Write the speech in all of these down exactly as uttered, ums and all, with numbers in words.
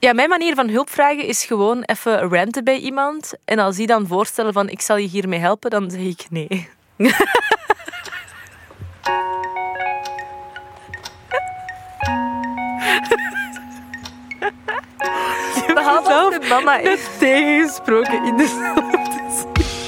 Ja, mijn manier van hulp vragen is gewoon even ranten bij iemand. En als die dan voorstellen van ik zal je hiermee helpen, dan zeg ik nee. Behalve als het mama is. Net tegengesproken in dezelfde zin.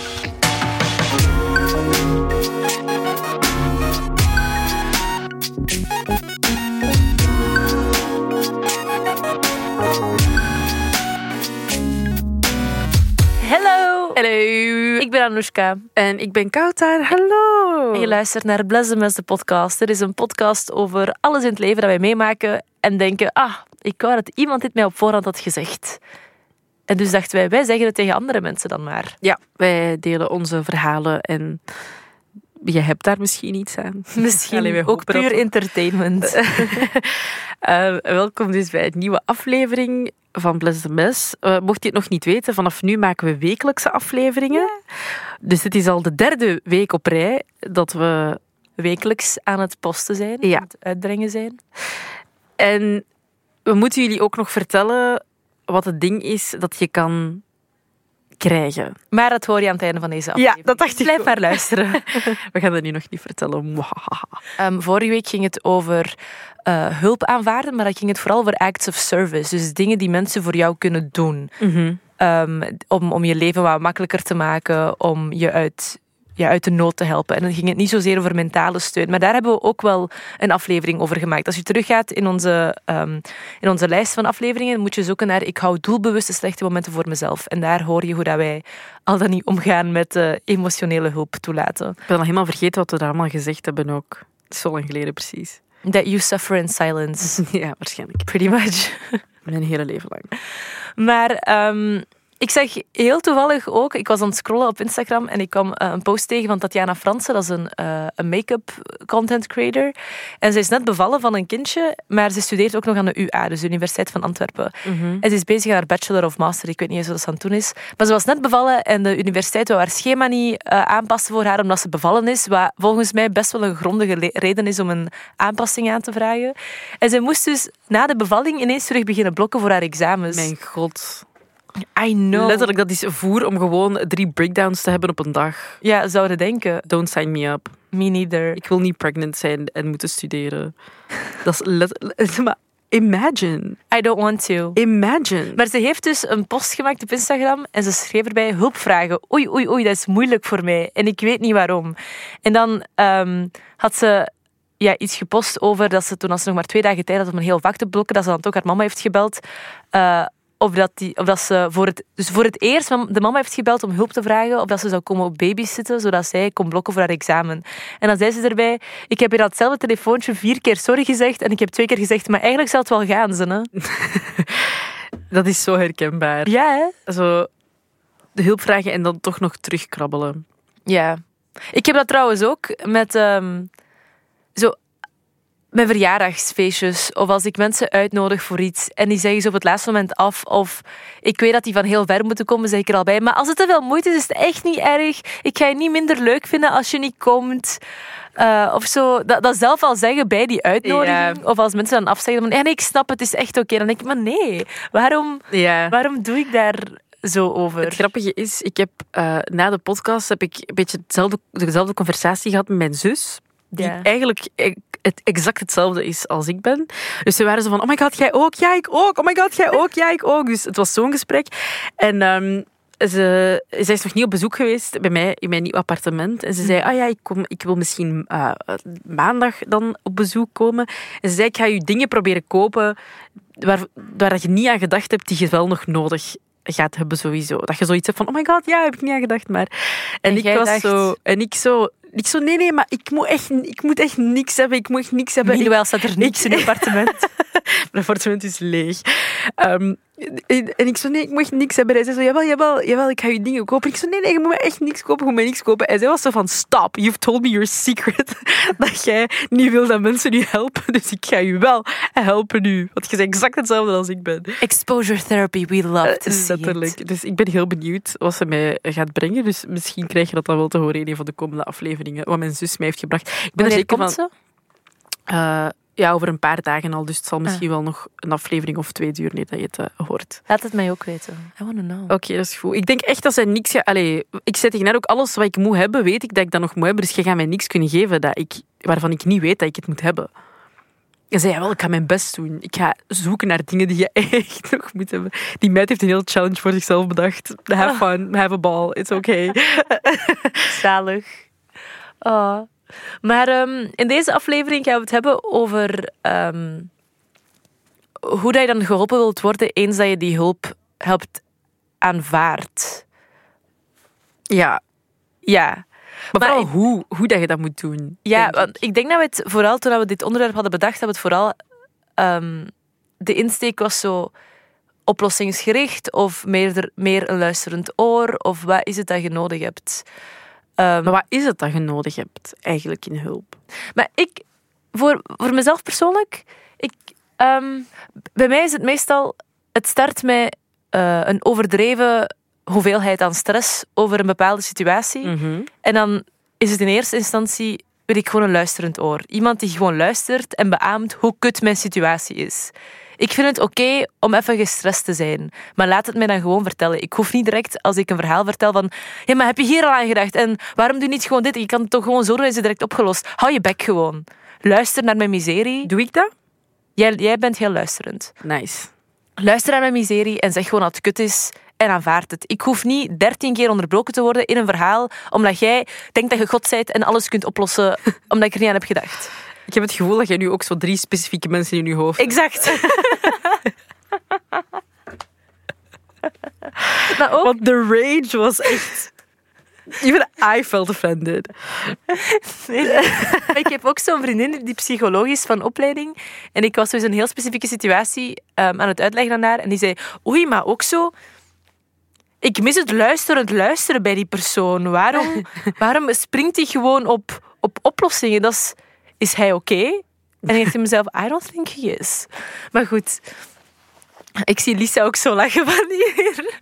Hallo. Hallo. Ik ben Anoushka. En ik ben Kouter. Hallo. En je luistert naar Bless the Mess, de podcast. Er is een podcast over alles in het leven dat wij meemaken en denken, ah, ik wou dat iemand dit mij op voorhand had gezegd. En dus dachten wij, wij zeggen het tegen andere mensen dan maar. Ja, wij delen onze verhalen en je hebt daar misschien iets aan. Misschien Allee, wij ook hopen puur erop. entertainment. Uh, welkom dus bij een nieuwe aflevering van Bless the Mess. Uh, mocht je het nog niet weten, vanaf nu maken we wekelijkse afleveringen. Ja. Dus dit is al de derde week op rij dat we Wekelijks aan het posten zijn, Ja. aan het uitbrengen zijn. En we moeten jullie ook nog vertellen wat het ding is dat je kan krijgen. Maar dat hoor je aan het einde van deze aflevering. Ja, dat dacht ik Blijf ook. maar luisteren. We gaan dat nu nog niet vertellen. Um, vorige week ging het over uh, hulp aanvaarden, maar dan ging het vooral over acts of service. Dus dingen die mensen voor jou kunnen doen. Mm-hmm. Um, om, om je leven wat makkelijker te maken, om je uit, ja, uit de nood te helpen. En dan ging het niet zozeer over mentale steun. Maar daar hebben we ook wel een aflevering over gemaakt. Als je teruggaat in onze, um, in onze lijst van afleveringen, moet je zoeken naar ik hou doelbewust de slechte momenten voor mezelf. En daar hoor je hoe dat wij al dan niet omgaan met uh, emotionele hulp toelaten. Ik ben al helemaal vergeten wat we daar allemaal gezegd hebben ook. Het is zo lang geleden precies. That you suffer in silence. Ja, waarschijnlijk. Pretty much. Mijn hele leven lang. Maar um, ik zag heel toevallig ook, ik was aan het scrollen op Instagram en ik kwam uh, een post tegen van Tatjana Fransen, dat is een, uh, een make-up content creator. En ze is net bevallen van een kindje, maar ze studeert ook nog aan de U A, dus de Universiteit van Antwerpen. Mm-hmm. En ze is bezig aan haar bachelor of master, ik weet niet eens wat ze aan het doen is. Maar ze was net bevallen en de universiteit wou haar schema niet uh, aanpassen voor haar omdat ze bevallen is, wat volgens mij best wel een grondige le- reden is om een aanpassing aan te vragen. En ze moest dus na de bevalling ineens terug beginnen blokken voor haar examens. Mijn god. I know. Letterlijk, dat is voer om gewoon drie breakdowns te hebben op een dag. Ja, zouden denken. Don't sign me up. Me neither. Ik wil niet pregnant zijn en moeten studeren. Dat is letterlijk... Maar imagine. I don't want to. Imagine. Maar ze heeft dus een post gemaakt op Instagram en ze schreef erbij hulpvragen. Oei, oei, oei, dat is moeilijk voor mij. En ik weet niet waarom. En dan um, had ze ja, iets gepost over dat ze toen als ze nog maar twee dagen tijd had om een heel vak te blokken, dat ze dan ook haar mama heeft gebeld... Uh, Of dat, die, of dat ze voor het, dus voor het eerst de mama heeft gebeld om hulp te vragen of dat ze zou komen op babysitten, zodat zij kon blokken voor haar examen. En dan zei ze erbij, ik heb in datzelfde telefoontje vier keer sorry gezegd en ik heb twee keer gezegd, maar eigenlijk zal het wel gaan, ze, hè? Dat is zo herkenbaar. Ja, hè? Zo de hulp vragen en dan toch nog terugkrabbelen. Ja. Ik heb dat trouwens ook met... Um, zo... Met verjaardagsfeestjes of als ik mensen uitnodig voor iets en die zeggen ze op het laatste moment af of ik weet dat die van heel ver moeten komen, zeg ik er al bij. Maar als het te veel moeite is, is het echt niet erg. Ik ga je niet minder leuk vinden als je niet komt. Uh, of zo, dat, dat zelf al zeggen bij die uitnodiging. Ja. Of als mensen dan afzeggen van ja, nee, ik snap het, is echt oké. Okay. Dan denk ik, maar nee, waarom, Ja. waarom doe ik daar zo over? Het grappige is, ik heb uh, na de podcast heb ik een beetje hetzelfde, dezelfde conversatie gehad met mijn zus. Die Ja. eigenlijk het exact hetzelfde is als ik ben. Dus ze waren zo van, oh my god, jij ook? Ja, ik ook. Oh my god, jij ook? Ja, ik ook. Dus het was zo'n gesprek. En um, ze, zij is nog niet op bezoek geweest bij mij in mijn nieuw appartement. En ze zei, ah ja, ik, kom, ik wil misschien uh, maandag dan op bezoek komen. En ze zei, ik ga je dingen proberen kopen waar, waar je niet aan gedacht hebt, die je wel nog nodig gaat hebben sowieso. Dat je zoiets hebt van, oh my god, ja, heb ik niet aan gedacht, maar... En, En ik jij was dacht- zo... En ik zo... Ik zo, nee, nee, maar ik moet echt, ik moet echt niks hebben. Ik moet echt niks hebben. Meanwhile staat er niks in je appartement. Mijn appartement is leeg. Um, en, en ik zo, nee, ik moet echt niks hebben. Hij zei zo, jawel, jawel, jawel, ik ga je dingen kopen. Ik zo, nee, nee, je moet me echt niks kopen, je moet me niks kopen. En zij was zo van, stop, you've told me your secret. Dat jij niet wil dat mensen je helpen, dus ik ga je wel helpen nu. Want je bent exact hetzelfde als ik ben. Exposure therapy, we love to Uh, see letterlijk. it. Dus ik ben heel benieuwd wat ze mij gaat brengen. Dus misschien krijg je dat dan wel te horen in een van de komende afleveringen. Wat mijn zus mij heeft gebracht. Ik ben Wanneer er zeker komt van... ze? Uh, Ja, over een paar dagen al. Dus het zal misschien ah. wel nog een aflevering of twee duren nee, dat je het uh, hoort. Laat het mij ook weten. I want to know. Oké, okay, dat is goed. Ik denk echt dat zij niks... Ga... Allee, ik zei tegen haar ook, alles wat ik moet hebben, weet ik dat ik dat nog moet hebben. Dus je gaat mij niks kunnen geven dat ik, waarvan ik niet weet dat ik het moet hebben. En zei, ja, wel, ik ga mijn best doen. Ik ga zoeken naar dingen die je echt nog moet hebben. Die meid heeft een heel challenge voor zichzelf bedacht. Have fun, have a ball, it's okay. Zalig. Oh. Maar um, in deze aflevering gaan we het hebben over um, hoe dat je dan geholpen wilt worden eens dat je die hulp hebt aanvaard. Ja. Ja. Maar, maar vooral hoe, hoe dat je dat moet doen. Ja, want ik. ik denk dat we het vooral, toen we dit onderwerp hadden bedacht, dat we het vooral... Um, de insteek was zo oplossingsgericht of meer, meer een luisterend oor. Of wat is het dat je nodig hebt? Um, maar wat is het dat je nodig hebt eigenlijk in hulp? Maar ik, voor, voor mezelf persoonlijk, ik, um, bij mij is het meestal, het start met uh, een overdreven hoeveelheid aan stress over een bepaalde situatie. Mm-hmm. En dan is het in eerste instantie, wil ik gewoon een luisterend oor. Iemand die gewoon luistert en beaamt hoe kut mijn situatie is. Ik vind het oké okay om even gestrest te zijn. Maar laat het mij dan gewoon vertellen. Ik hoef niet direct, als ik een verhaal vertel van... Ja, maar heb je hier al aan gedacht? En waarom doe je niet gewoon dit? Je kan het toch gewoon zo doen, is het direct opgelost. Hou je bek gewoon. Luister naar mijn miserie. Doe ik dat? Jij, jij bent heel luisterend. Nice. Luister naar mijn miserie en zeg gewoon dat het kut is. En aanvaard het. Ik hoef niet dertien keer onderbroken te worden in een verhaal, omdat jij denkt dat je God bent en alles kunt oplossen, omdat ik er niet aan heb gedacht. Ik heb het gevoel dat jij nu ook zo drie specifieke mensen in je hoofd hebt. Exact. Maar ook... Want de rage was echt... Even I felt offended. Nee, nee. Maar ik heb ook zo'n vriendin die psycholoog is van opleiding. En ik was dus een heel specifieke situatie um, aan het uitleggen aan haar. En die zei, oei, maar ook zo... Ik mis het luisterend luisteren bij die persoon. Waarom, waarom springt hij gewoon op, op oplossingen? Dat is, is hij oké? Okay? En ik dacht in mezelf, I don't think he is. Maar goed, ik zie Lisa ook zo lachen van hier.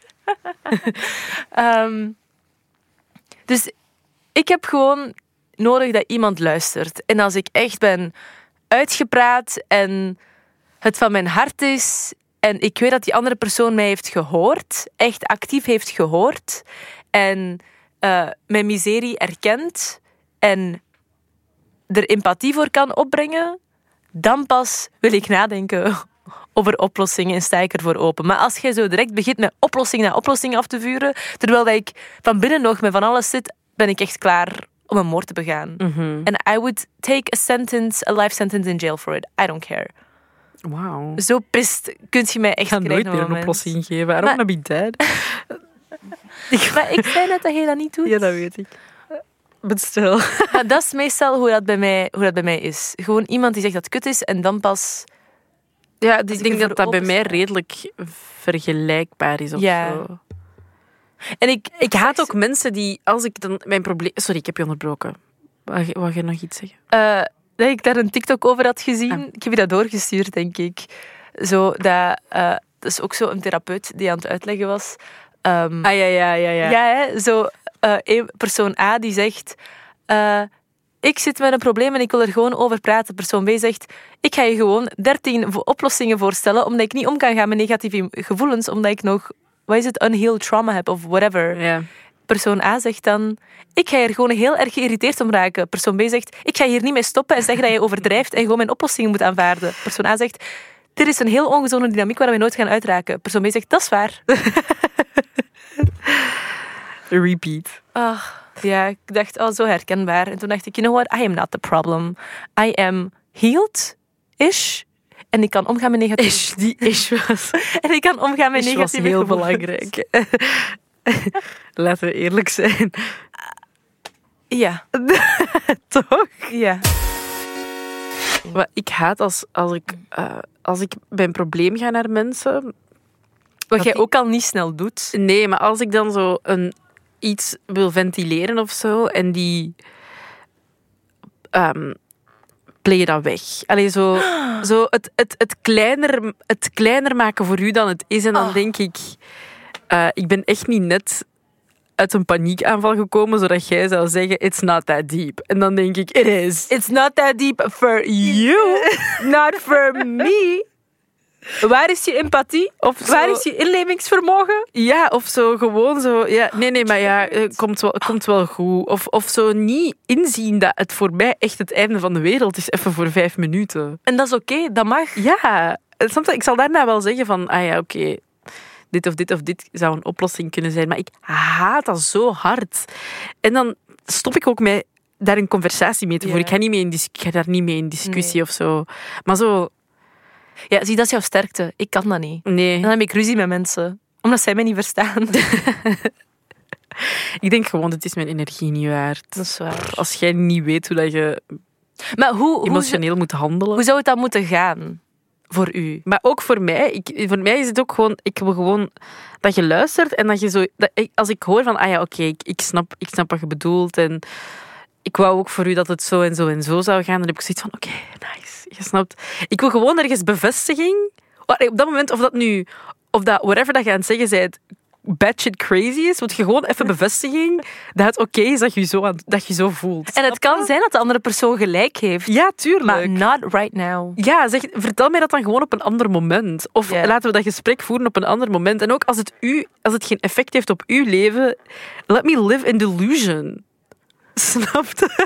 um, dus ik heb gewoon nodig dat iemand luistert. En als ik echt ben uitgepraat en het van mijn hart is... En ik weet dat die andere persoon mij heeft gehoord, echt actief heeft gehoord en uh, mijn miserie erkent en er empathie voor kan opbrengen, dan pas wil ik nadenken over oplossingen en sta ik ervoor open. Maar als jij zo direct begint met oplossing na oplossing af te vuren, terwijl dat ik van binnen nog met van alles zit, ben ik echt klaar om een moord te begaan. En Mm-hmm. I would take a sentence, a life sentence in jail for it. I don't care. Wow. Zo pist kun je mij echt krijgen. Ik ga nooit meer een moment. oplossing geven. I don't wanna be dead. Maar ik zei net dat je dat niet doet. Ja, dat weet ik. But still. Maar dat is meestal hoe dat bij mij, hoe dat bij mij is. Gewoon iemand die zegt dat het kut is en dan pas... Ja, dus ik denk ervoor dat dat bij mij opensta. redelijk vergelijkbaar is of Ja. zo. En ik, Ik haat ook mensen die, als ik dan mijn probleem... Sorry, ik heb je onderbroken. Wou je, wou je nog iets zeggen? Uh, dat ik daar een TikTok over had gezien. Ah. Ik heb je dat doorgestuurd, denk ik. Zo, dat, uh, dat is ook zo een therapeut die aan het uitleggen was. Um, Ah, ja, ja, ja. Ja, ja, hè, zo uh, een persoon A die zegt... Uh, ik zit met een probleem en ik wil er gewoon over praten. Persoon B zegt... Ik ga je gewoon dertien oplossingen voorstellen omdat ik niet om kan gaan met negatieve gevoelens, omdat ik nog... Wat is het? Unhealed trauma heb of whatever. ja. Persoon A zegt dan... Ik ga hier gewoon heel erg geïrriteerd om raken. Persoon B zegt... Ik ga hier niet mee stoppen en zeggen dat je overdrijft en gewoon mijn oplossingen moet aanvaarden. Persoon A zegt... Dit is een heel ongezonde dynamiek waar we nooit gaan uitraken. Persoon B zegt... Dat is waar. Repeat. Ach, ja, ik dacht, oh, zo herkenbaar. En toen dacht ik, you know what? I am not the problem. I am healed-ish. En ik kan omgaan met negatieve... Ish, die ish was... En ik kan omgaan met Ish was negatieve heel gevoelens. belangrijk. Laten we eerlijk zijn. Ja. Toch? Ja. Wat ik haat als, als, ik, uh, als ik bij een probleem ga naar mensen... Wat jij die- ook al niet snel doet. Nee, maar als ik dan zo een, iets wil ventileren of zo en die um, play dat weg. Allee, zo, zo het, het, het, kleiner, het kleiner maken voor u dan het is. En dan Oh. denk ik, uh, ik ben echt niet net uit een paniekaanval gekomen, zodat jij zou zeggen, it's not that deep. En dan denk ik, it is. It's not that deep for you, not for me. Waar is je empathie? Of zo. Waar is je inlevingsvermogen? Ja, of zo gewoon zo... Ja, nee, nee, maar ja, het komt wel, komt wel goed. Of, of zo niet inzien dat het voor mij echt het einde van de wereld is, even voor vijf minuten. En dat is oké, okay, dat mag. Ja, soms, ik zal daarna wel zeggen van, ah ja, oké, okay, dit of dit of dit zou een oplossing kunnen zijn. Maar ik haat dat zo hard. En dan stop ik ook met daar een conversatie mee te voeren. Ja. Ik, ga niet mee in dis- ik ga daar niet mee in discussie nee. of zo. Maar zo... Ja, zie, dat is jouw sterkte. Ik kan dat niet. Nee. En dan heb ik ruzie met mensen. Omdat zij mij niet verstaan. Ik denk gewoon, het is mijn energie niet waard. Dat is waar. Als jij niet weet hoe dat je maar hoe, emotioneel hoe, moet handelen. Hoe zou het dan moeten gaan? Voor u? Maar ook voor mij. Ik, voor mij is het ook gewoon... Ik wil gewoon dat je luistert en dat je zo... Dat ik, als ik hoor van, ah ja, oké, okay, ik, ik, snap, ik snap wat je bedoelt en ik wou ook voor u dat het zo en zo en zo zou gaan, dan heb ik zoiets van, oké, okay, nice. Je snapt. Ik wil gewoon ergens bevestiging. Op dat moment, of dat nu... Of dat, whatever dat je aan het zeggen bent, batshit crazy is, wil je gewoon even bevestiging dat het oké okay is dat je, zo aan, dat je zo voelt. En het kan zijn dat de andere persoon gelijk heeft. Ja, tuurlijk. Maar not right now. Ja, zeg, vertel mij dat dan gewoon op een ander moment. Of yeah. laten we dat gesprek voeren op een ander moment. En ook als het, u, als het geen effect heeft op uw leven, let me live in delusion. Snapte?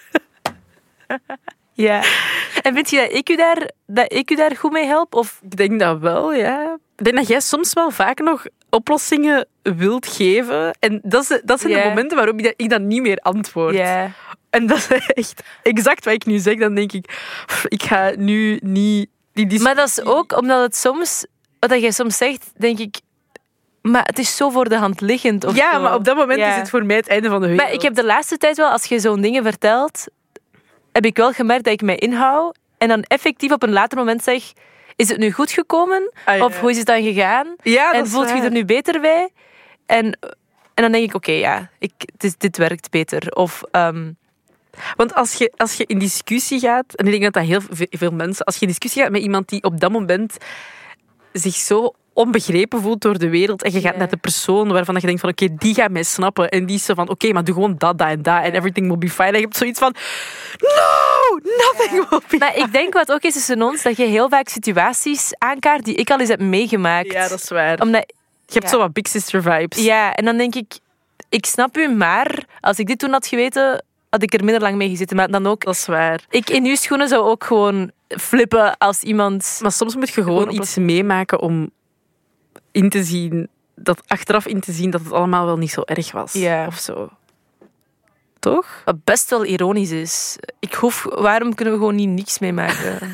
Ja. En vind je dat ik u daar, dat ik u daar goed mee help? Of? Ik denk dat wel, ja. Ik denk dat jij soms wel vaak nog oplossingen wilt geven. En dat, is, dat zijn yeah. de momenten waarop ik, ik dan niet meer antwoord. Yeah. En dat is echt exact wat ik nu zeg. Dan denk ik, ik ga nu niet... Die discussie... Maar dat is ook omdat het soms... Wat jij soms zegt, denk ik... Maar het is zo voor de hand liggend. Of ja, zo. Maar op dat moment ja. is het voor mij het einde van de wereld. Maar ik heb de laatste tijd wel, als je zo'n dingen vertelt, heb ik wel gemerkt dat ik mij inhoud en dan effectief op een later moment zeg, is het nu goed gekomen? Ah, ja. Of hoe is het dan gegaan? Ja, en voelt je er nu beter bij? En, en dan denk ik, oké, okay, ja, ik, dit, dit werkt beter. Of... Um... Want als je, als je in discussie gaat, en ik denk dat dat heel veel mensen, als je in discussie gaat met iemand die op dat moment zich zo onbegrepen voelt door de wereld en je gaat yeah. naar de persoon waarvan je denkt van oké, okay, die gaat mij snappen en die is zo van oké, okay, maar doe gewoon dat, dat en dat en everything will be fine. En je hebt zoiets van no, nothing yeah. will be Maar ik denk wat ook is tussen ons, dat je heel vaak situaties aankaart die ik al eens heb meegemaakt. Ja, dat is waar. Omdat, je hebt ja. zo wat Big Sister vibes. Ja, en dan denk ik, ik snap u, maar als ik dit toen had geweten, had ik er minder lang mee gezeten. Maar dan ook... Dat is waar. Ik in uw schoenen zou ook gewoon flippen als iemand... Maar soms moet je gewoon, gewoon iets meemaken om in te zien, dat achteraf in te zien dat het allemaal wel niet zo erg was. Ja. Of zo. Toch? Wat best wel ironisch is. Ik hoef... Waarom kunnen we gewoon niet niks meemaken?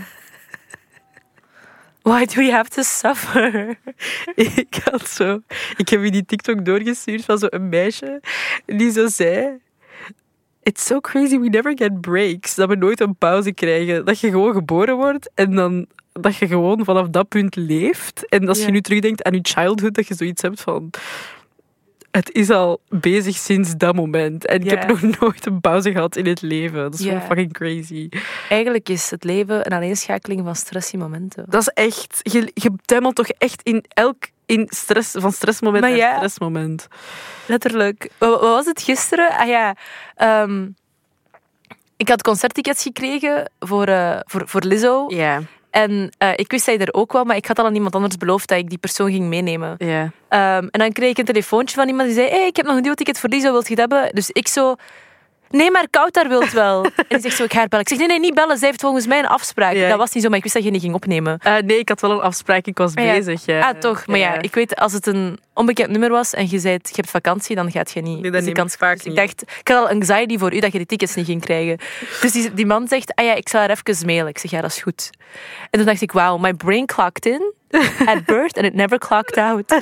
Why do we have to suffer? Ik had zo... Ik heb je die TikTok doorgestuurd van zo'n meisje die zo zei... It's so crazy, we never get breaks. Dat we nooit een pauze krijgen. Dat je gewoon geboren wordt en dan dat je gewoon vanaf dat punt leeft. En als ja. je nu terugdenkt aan je childhood, dat je zoiets hebt van... Het is al bezig sinds dat moment. En ik ja. heb nog nooit een pauze gehad in het leven. Dat is ja. gewoon fucking crazy. Eigenlijk is het leven een aaneenschakeling van stressmomenten. Dat is echt... Je, je tuimelt toch echt in elk... In stress, van stressmoment naar ja, stressmoment. Letterlijk. Wat, wat was het gisteren? Ah ja... Um, ik had concerttickets gekregen voor, uh, voor, voor Lizzo. Ja. En uh, ik wist dat hij er ook wel, maar ik had al aan iemand anders beloofd dat ik die persoon ging meenemen. Ja. Um, en dan kreeg ik een telefoontje van iemand die zei, hey, ik heb nog een deelticket voor Lizzo, wilt je het hebben? Dus ik zo... Nee, maar Koutar wilt wel. En die zegt zo, ik ga haar bellen. Ik zeg, nee, nee, niet bellen. Zij heeft volgens mij een afspraak. Ja. Dat was niet zo, maar ik wist dat je niet ging opnemen. Uh, nee, ik had wel een afspraak. Ik was ja. bezig. Ja. Ah, toch. Maar ja. ja, ik weet, als het een onbekend nummer was en je zei, je hebt vakantie, dan gaat je niet. Nee, dat dus neem ik vaak dus niet. Ik dacht, ik had al anxiety voor u dat je die tickets niet ging krijgen. Dus die, die man zegt, ah ja, ik zal haar even mailen. Ik zeg, ja, dat is goed. En toen dacht ik, wow, my brain clocked in at birth and it never clocked out.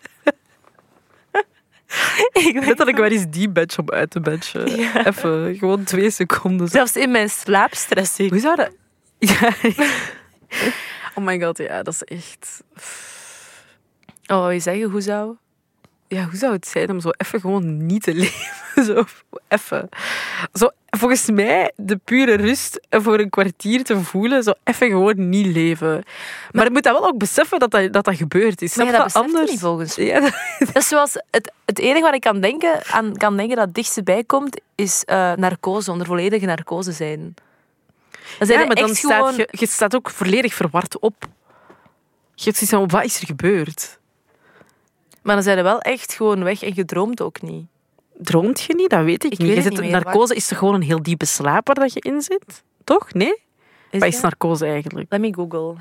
Ik weet dat ik wel eens die badge om uit te badgen. Ja. Even, gewoon twee seconden. Zelfs in mijn slaap stress ik. Hoe zou dat... Ja. Oh my god, ja, dat is echt... Oh, wat wil je zeggen? Hoe zou... Ja, hoe zou het zijn om zo even gewoon niet te leven? Zo, even. Zo, volgens mij, de pure rust voor een kwartier te voelen, zo even gewoon niet leven. Maar, maar je moet dat wel ook beseffen dat dat, dat, dat gebeurd is. Maar ja, Snap dat je? beseft je Anders niet volgens mij. Ja, dat... Dat is zoals het, het enige wat ik kan denken, aan kan denken dat het dichtst bij komt, is uh, narcose, onder volledige narcose zijn. Dan zijn ja, er maar dan echt staat gewoon... je, je staat ook volledig verward op. Je hebt zoiets van, wat is er gebeurd? Maar dan zijn er wel echt gewoon weg en je droomt ook niet. Droomt je niet? Dat weet ik, Ik niet. weet Je het zit, niet meer. narcose is toch gewoon een heel diepe slaap waar dat je in zit? Toch? Nee? Is Wat is dat? narcose eigenlijk? Let me Google.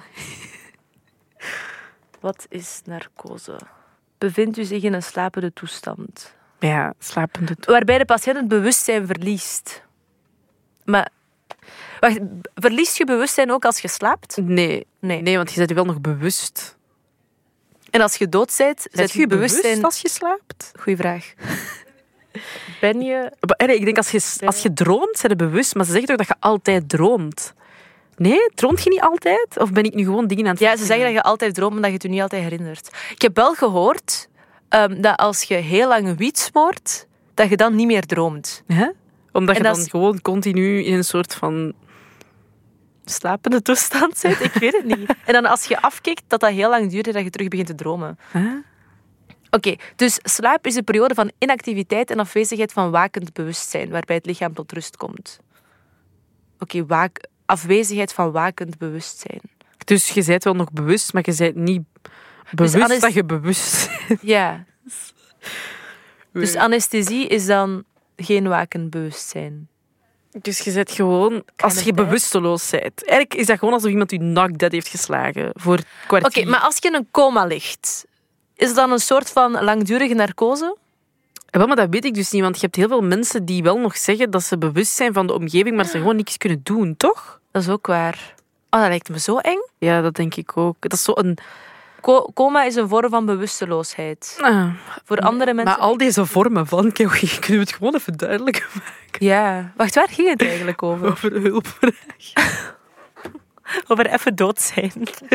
Wat is narcose? Bevindt u zich in een slapende toestand? Ja, slapende toestand. Waarbij de patiënt het bewustzijn verliest. Maar... Wacht, verliest je bewustzijn ook als je slaapt? Nee. Nee. Nee, want je bent je wel nog bewust. En als je dood bent, Zet zet je je bewust bewustzijn... als je slaapt? Goeie vraag. Ben je... Maar, nee, ik denk, als je, als je droomt, ben je bewust. Maar ze zeggen toch dat je altijd droomt? Nee? Droomt je niet altijd? Of ben ik nu gewoon dingen aan het Ja, ze zeggen dat je altijd droomt, maar dat je het je niet altijd herinnert. Ik heb wel gehoord um, dat als je heel lang wiet smoort, dat je dan niet meer droomt. Hè? Omdat En je dat dan is- gewoon continu in een soort van... Slapende toestand zit, ik weet het niet. En dan als je afkikt, dat dat heel lang duurt en dat je terug begint te dromen. Hè? Oké, dus slaap is een periode van inactiviteit en afwezigheid van wakend bewustzijn, waarbij het lichaam tot rust komt. Oké, waak... afwezigheid van wakend bewustzijn. Dus je bent wel nog bewust, maar je bent niet bewust Dus anes- dat je bewust bent. Ja. Dus anesthesie is dan geen wakend bewustzijn. Dus je bent gewoon, als je tijd. bewusteloos bent. Eigenlijk is dat gewoon alsof iemand je knock-dead heeft geslagen voor een kwartier. Oké, maar als je in een coma ligt, is het dan een soort van langdurige narcose? Wel, maar dat weet ik dus niet, want je hebt heel veel mensen die wel nog zeggen dat ze bewust zijn van de omgeving, maar ze gewoon niks kunnen doen, toch? Dat is ook waar. Oh, dat lijkt me zo eng. Ja, dat denk ik ook. Dat is zo een... Co- coma is een vorm van bewusteloosheid. Ah, Voor andere mensen... maar al deze vormen van, kijk, kunnen we het gewoon even duidelijk maken Ja. Wacht, waar ging het eigenlijk over? over hulpvraag. Over even dood zijn.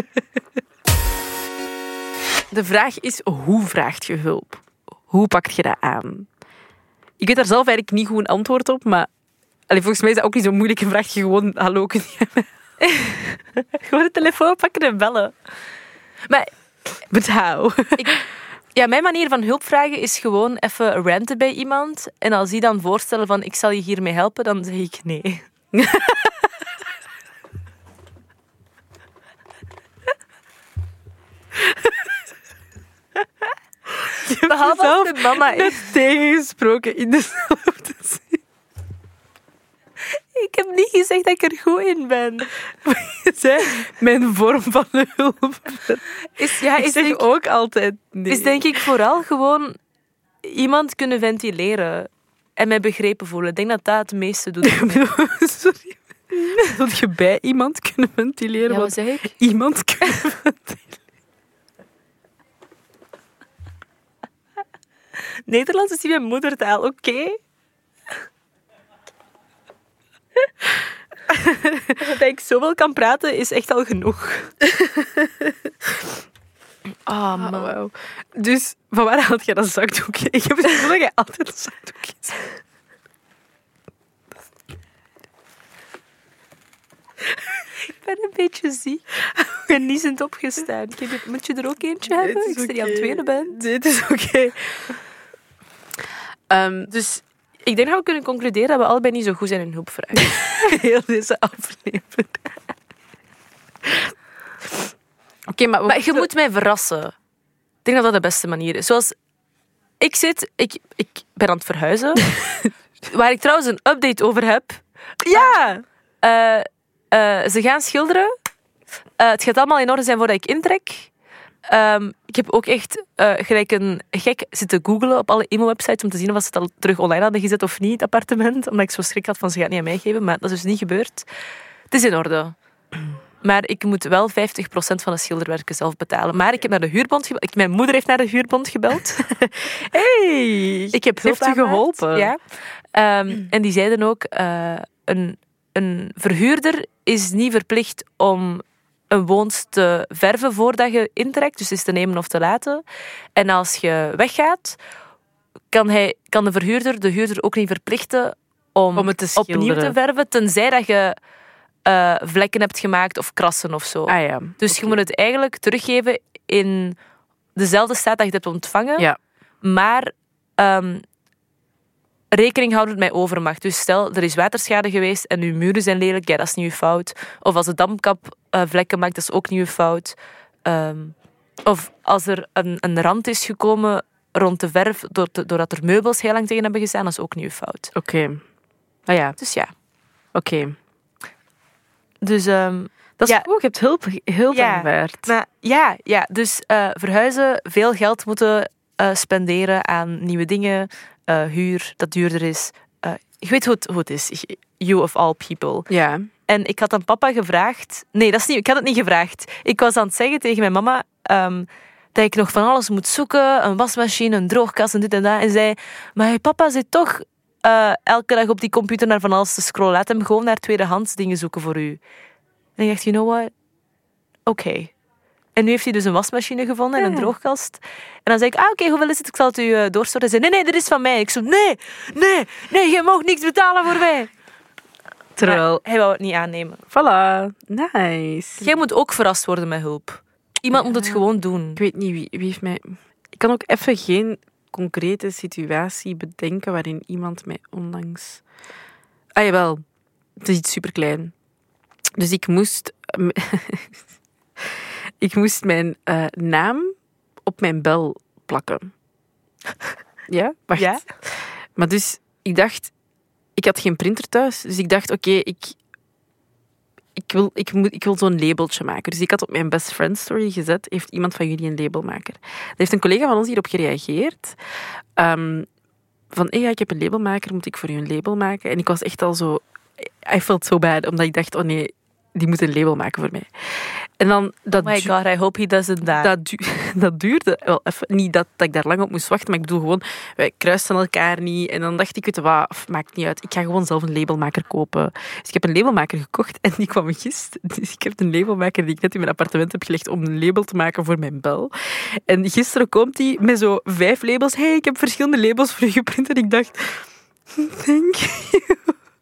De vraag is, hoe vraagt je hulp? Hoe pakt je dat aan? Ik weet daar zelf eigenlijk niet goed een antwoord op, maar allee, volgens mij is dat ook niet zo moeilijk. Je vraagt je gewoon, hallo, kun je Gewoon de telefoon pakken en bellen. Maar But how? ik, ja, mijn manier van hulp vragen is gewoon even ranten bij iemand. En als die dan voorstellen van ik zal je hiermee helpen, dan zeg ik nee. Behalve als het mama is. Net tegengesproken in dezelfde zin. Ik heb niet gezegd dat ik er goed in ben. Je zei, mijn vorm van hulp. Is, ja, Ik is, zeg denk, ook altijd nee. is denk ik vooral gewoon iemand kunnen ventileren en mij begrepen voelen. Ik denk dat dat het meeste doet. Sorry. Dat je bij iemand kunnen ventileren. Ja, wat want zeg ik? iemand kunnen ventileren. Nederlands is niet mijn moedertaal, oké? Dat ik zoveel kan praten is echt al genoeg. Oh, Oh, man. wauw. Dus, van waar haalt jij dat zakdoekje? Ik heb het gevoel dat jij altijd een zakdoekje hebt. Ik ben een beetje ziek. Ik ben niezend opgestaan. Ik heb- Moet je er ook eentje hebben? Het is Ik zie die aan oké. het tweede bent. Dit is oké. Ehm, Dus ik denk dat we kunnen concluderen dat we allebei niet zo goed zijn in hulpvragen. heel deze aflevering. Oké, maar, we Maar je moeten- moet mij verrassen. Ik denk dat dat de beste manier is. Zoals ik zit, ik, ik ben aan het verhuizen. Waar ik trouwens een update over heb. Ja! Eh, eh, ze gaan schilderen. Eh, het gaat allemaal in orde zijn voordat ik intrek. Ehm, ik heb ook echt eh, gelijk een gek zitten googlen op alle emo-websites om te zien of ze het al terug online hadden gezet of niet, het appartement. Omdat ik zo schrik had van ze gaat het niet aan mij geven. Maar dat is dus niet gebeurd. Het is in orde. Maar ik moet wel vijftig procent van de schilderwerken zelf betalen. Maar ik heb naar de huurbond gebeld. Mijn moeder heeft naar de huurbond gebeld. Hey, Ik heb hulp heeft u aanvaard. geholpen? Ja. Ehm, en die zeiden ook, eh, een, een verhuurder is niet verplicht om een woonst te verven voordat je intrekt. Dus het is te nemen of te laten. En als je weggaat, kan, hij, kan de verhuurder de huurder ook niet verplichten om, Om het te opnieuw schilderen. te verven, tenzij dat je uh, vlekken hebt gemaakt of krassen of zo. Ah, ja. Dus okay. je moet het eigenlijk teruggeven in dezelfde staat dat je het hebt ontvangen, ja. maar um, rekening houden met overmacht. Dus stel, er is waterschade geweest en uw muren zijn lelijk, ja, dat is niet uw fout. Of als de damkap uh, vlekken maakt, dat is ook niet uw fout. Um, of als er een, een rand is gekomen rond de verf, doordat er meubels heel lang tegen hebben gestaan, dat is ook niet uw fout. Oké. Okay. Ah ja. Dus ja. Oké. Okay. Dus... Um, dat is ja. goed, je hebt hulp, hulp ja, aanvaard. Maar ja, ja, dus uh, verhuizen, veel geld moeten uh, spenderen aan nieuwe dingen, uh, huur dat duurder is. Uh, je weet hoe het, hoe het is, you of all people. Ja. En ik had aan papa gevraagd... Nee, dat is niet, ik had het niet gevraagd. Ik was aan het zeggen tegen mijn mama um, dat ik nog van alles moet zoeken. Een wasmachine, een droogkast en dit en dat. En zei, maar hey, papa zit toch uh, elke dag op die computer naar van alles te scrollen. Laat hem gewoon naar tweedehands dingen zoeken voor u. En ik dacht, you know what? Oké. Okay. En nu heeft hij dus een wasmachine gevonden en een droogkast. En dan zei ik, ah, oké, okay, hoeveel is het? Ik zal het u uh, doorstorten. Hij zei, nee, nee, dat is van mij. Ik zei, nee, nee, nee, je mag niks betalen voor mij. Terwijl... Maar hij wou het niet aannemen. Voilà, nice. Jij moet ook verrast worden met hulp. Iemand ja. moet het gewoon doen. Ik weet niet, wie, wie heeft mij... Ik kan ook even geen concrete situatie bedenken waarin iemand mij onlangs... Ah, jawel. Het is iets superklein. Dus ik moest... ik moest mijn uh, naam op mijn bel plakken. Ja? Wacht. Ja? Maar dus, ik dacht... Ik had geen printer thuis, dus ik dacht, oké, okay, ik, ik wil, ik, moet, ik wil zo'n labeltje maken. Dus ik had op mijn best friend story gezet, heeft iemand van jullie een labelmaker? Daar heeft een collega van ons hierop gereageerd. Um, van, hé, hey, ja, ik heb een labelmaker, moet ik voor u een label maken? En ik was echt al zo... I felt so bad, omdat ik dacht, oh nee, die moet een label maken voor mij. En dan... Dat oh my du- god, I hope he doesn't die. Dat, du- dat duurde wel even. Niet dat, dat ik daar lang op moest wachten, maar ik bedoel gewoon, wij kruisten elkaar niet. En dan dacht ik, weet je wat, maakt niet uit. Ik ga gewoon zelf een labelmaker kopen. Dus ik heb een labelmaker gekocht en die kwam gisteren. Dus ik heb een labelmaker die ik net in mijn appartement heb gelegd om een label te maken voor mijn bel. En gisteren komt hij met zo vijf labels. Hey, ik heb verschillende labels voor je geprint. En ik dacht, thank you.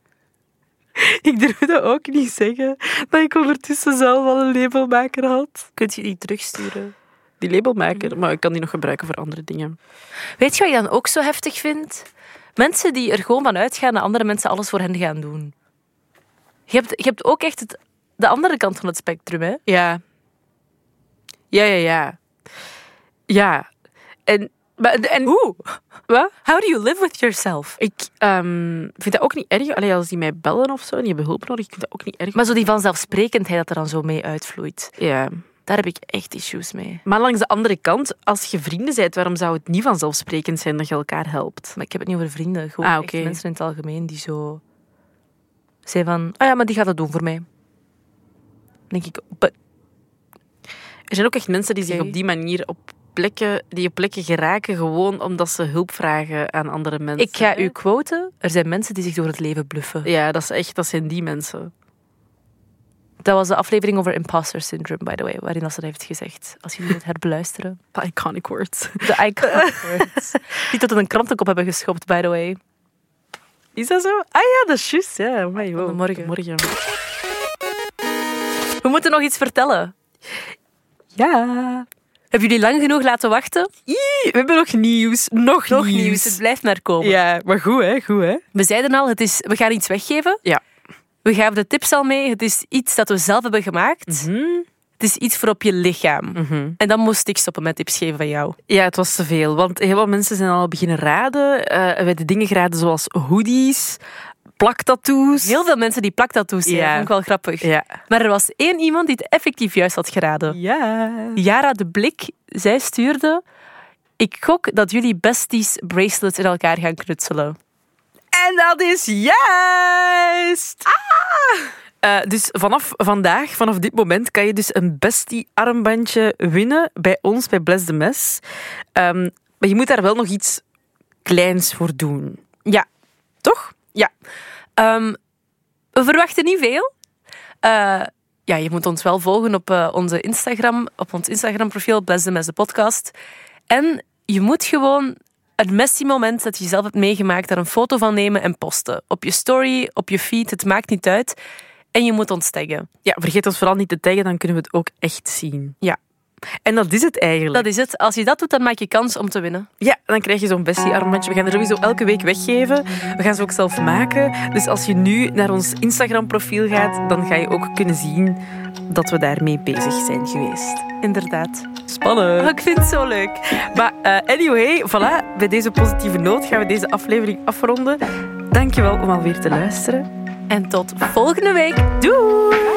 Ik durfde ook niet zeggen dat ik ondertussen zelf al een labelmaker had. Kunt je die terugsturen? Die labelmaker, maar ik kan die nog gebruiken voor andere dingen. Weet je wat je dan ook zo heftig vindt? Mensen die er gewoon van uitgaan dat andere mensen alles voor hen gaan doen. Je hebt, je hebt ook echt het, de andere kant van het spectrum, hè? Ja. Ja, ja, ja. Ja. En... Maar, en hoe? Wat? How do you live with yourself? Ik um, vind dat ook niet erg. Allee, als die mij bellen of zo en die hebben hulp nodig, ik vind dat ook niet erg. Maar zo die vanzelfsprekendheid dat er dan zo mee uitvloeit. Ja. Daar heb ik echt issues mee. Maar langs de andere kant, als je vrienden bent, waarom zou het niet vanzelfsprekend zijn dat je elkaar helpt? Maar ik heb het niet over vrienden. Gewoon ah, echt okay. mensen in het algemeen die zo... Zijn van, ah ja, maar die gaat dat doen voor mij. Dan denk ik... But... Er zijn ook echt mensen die okay. zich op die manier op plekken, die op plekken geraken gewoon omdat ze hulp vragen aan andere mensen. Ik ga u quoten. Er zijn mensen die zich door het leven bluffen. Ja, dat is echt, dat zijn die mensen. Dat was de aflevering over imposter syndrome, by the way, waarin ze dat heeft gezegd. Als jullie het herbeluisteren. The iconic words. De iconic words. Die tot in een krantenkop hebben geschopt, by the way. Is dat zo? Ah ja, dat is juist. Ja, amai, wow. Morgen. Morgen. We moeten nog iets vertellen. Ja. Hebben jullie lang genoeg laten wachten? Ii, we hebben nog nieuws. Nog, nog nieuws. nieuws. Het blijft maar komen. Ja, maar goed hè, goed hè. We zeiden al, het is, we gaan iets weggeven. Ja. We gaven de tips al mee. Het is iets dat we zelf hebben gemaakt. Mm-hmm. Het is iets voor op je lichaam. Mm-hmm. En dan moest ik stoppen met tips geven van jou. Ja, het was te veel. Want heel veel mensen zijn al beginnen raden. Uh, we hebben dingen geraden zoals hoodies, plaktattoos. Heel veel mensen die plaktattoos zijn. Ja. Dat vond ik wel grappig. Ja. Maar er was één iemand die het effectief juist had geraden. Ja. Jara de Blik, zij stuurde... Ik gok dat jullie besties bracelets in elkaar gaan knutselen. En dat is juist! Ah! Uh, dus vanaf vandaag, vanaf dit moment, kan je dus een bestie-armbandje winnen bij ons, bij Bless the Mess. Um, maar je moet daar wel nog iets kleins voor doen. Ja. Toch? Ja. Um, we verwachten niet veel. Uh, ja, je moet ons wel volgen op uh, onze Instagram, op ons Instagram-profiel, Bless the Mess, de podcast. En je moet gewoon het messy moment dat je zelf hebt meegemaakt, daar een foto van nemen en posten. Op je story, op je feed, het maakt niet uit. En je moet ons taggen. Ja, vergeet ons vooral niet te taggen, dan kunnen we het ook echt zien. Ja. En dat is het eigenlijk. Dat is het. Als je dat doet, dan maak je kans om te winnen. Ja, dan krijg je zo'n bestie-armbandje. We gaan er sowieso elke week weggeven. We gaan ze ook zelf maken. Dus als je nu naar ons Instagram-profiel gaat, dan ga je ook kunnen zien dat we daarmee bezig zijn geweest. Inderdaad. Spannend. Oh, ik vind het zo leuk. Maar uh, anyway, voilà. Bij deze positieve noot gaan we deze aflevering afronden. Dankjewel om alweer te luisteren. En tot volgende week. Doei!